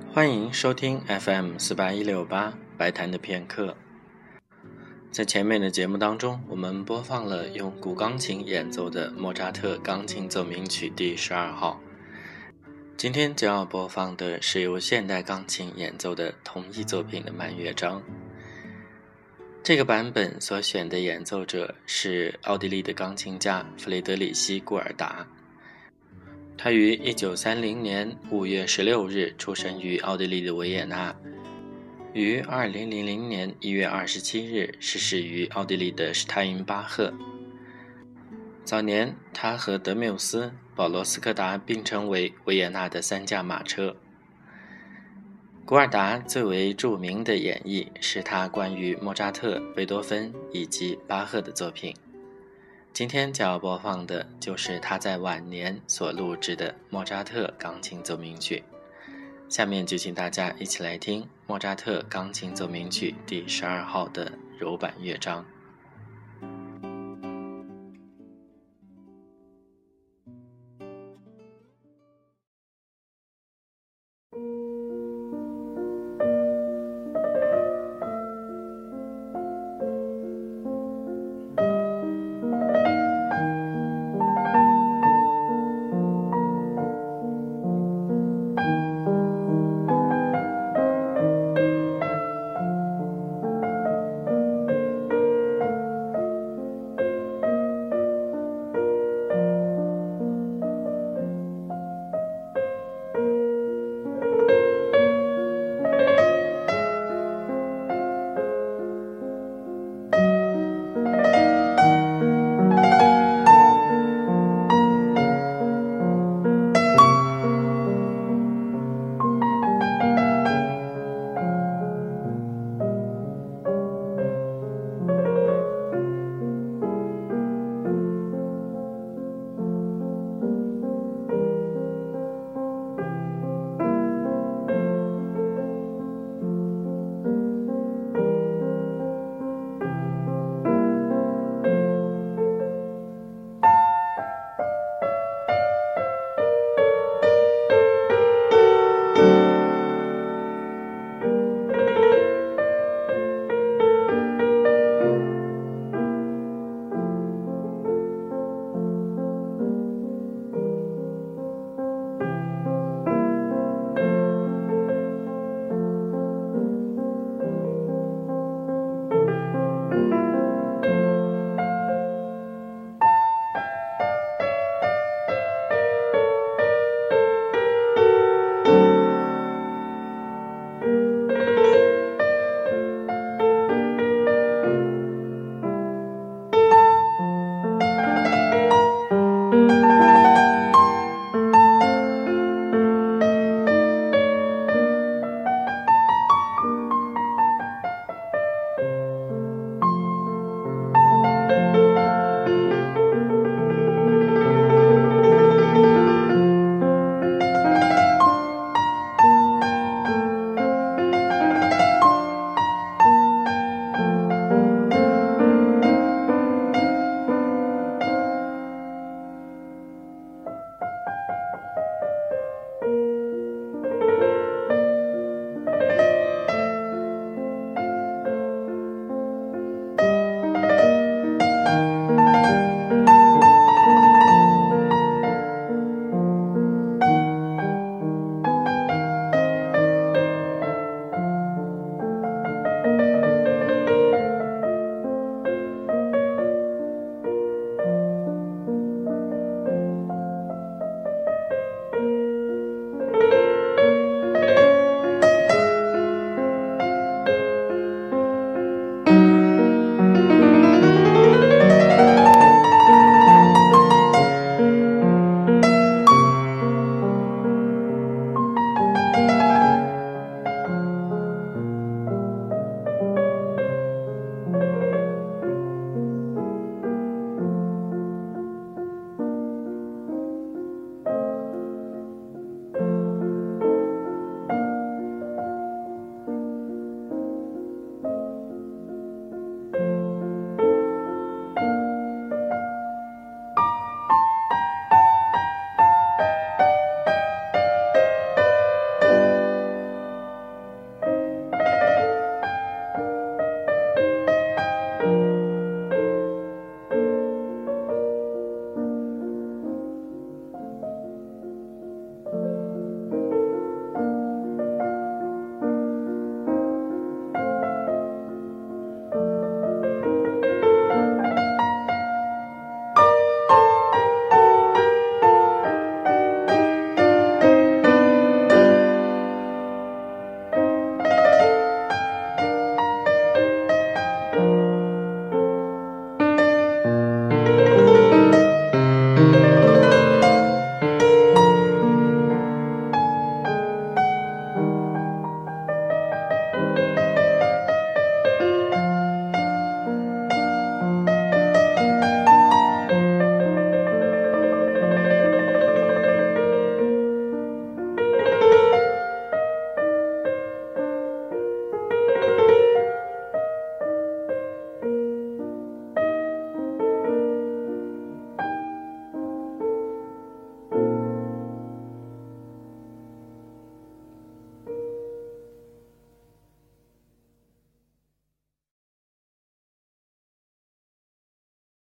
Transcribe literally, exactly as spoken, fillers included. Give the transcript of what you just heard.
欢迎收听 F M 四八一六八白谈的片刻。在前面的节目当中，我们播放了用古钢琴演奏的莫扎特钢琴奏鸣曲第十二号。今天将要播放的是由现代钢琴演奏的同一作品的慢乐章。这个版本所选的演奏者是奥地利的钢琴家弗雷德里希·古尔达。他于一九三零年五月十六日出生于奥地利的维也纳，于二零零零年一月二十七日逝世于奥地利的施泰因巴赫。早年，他和德缪斯、保罗斯科达并称为维也纳的三驾马车。古尔达最为著名的演绎是他关于莫扎特、贝多芬以及巴赫的作品。今天将要播放的就是他在晚年所录制的莫扎特钢琴奏鸣曲。下面就请大家一起来听莫扎特钢琴奏鸣曲第十二号的柔板乐章。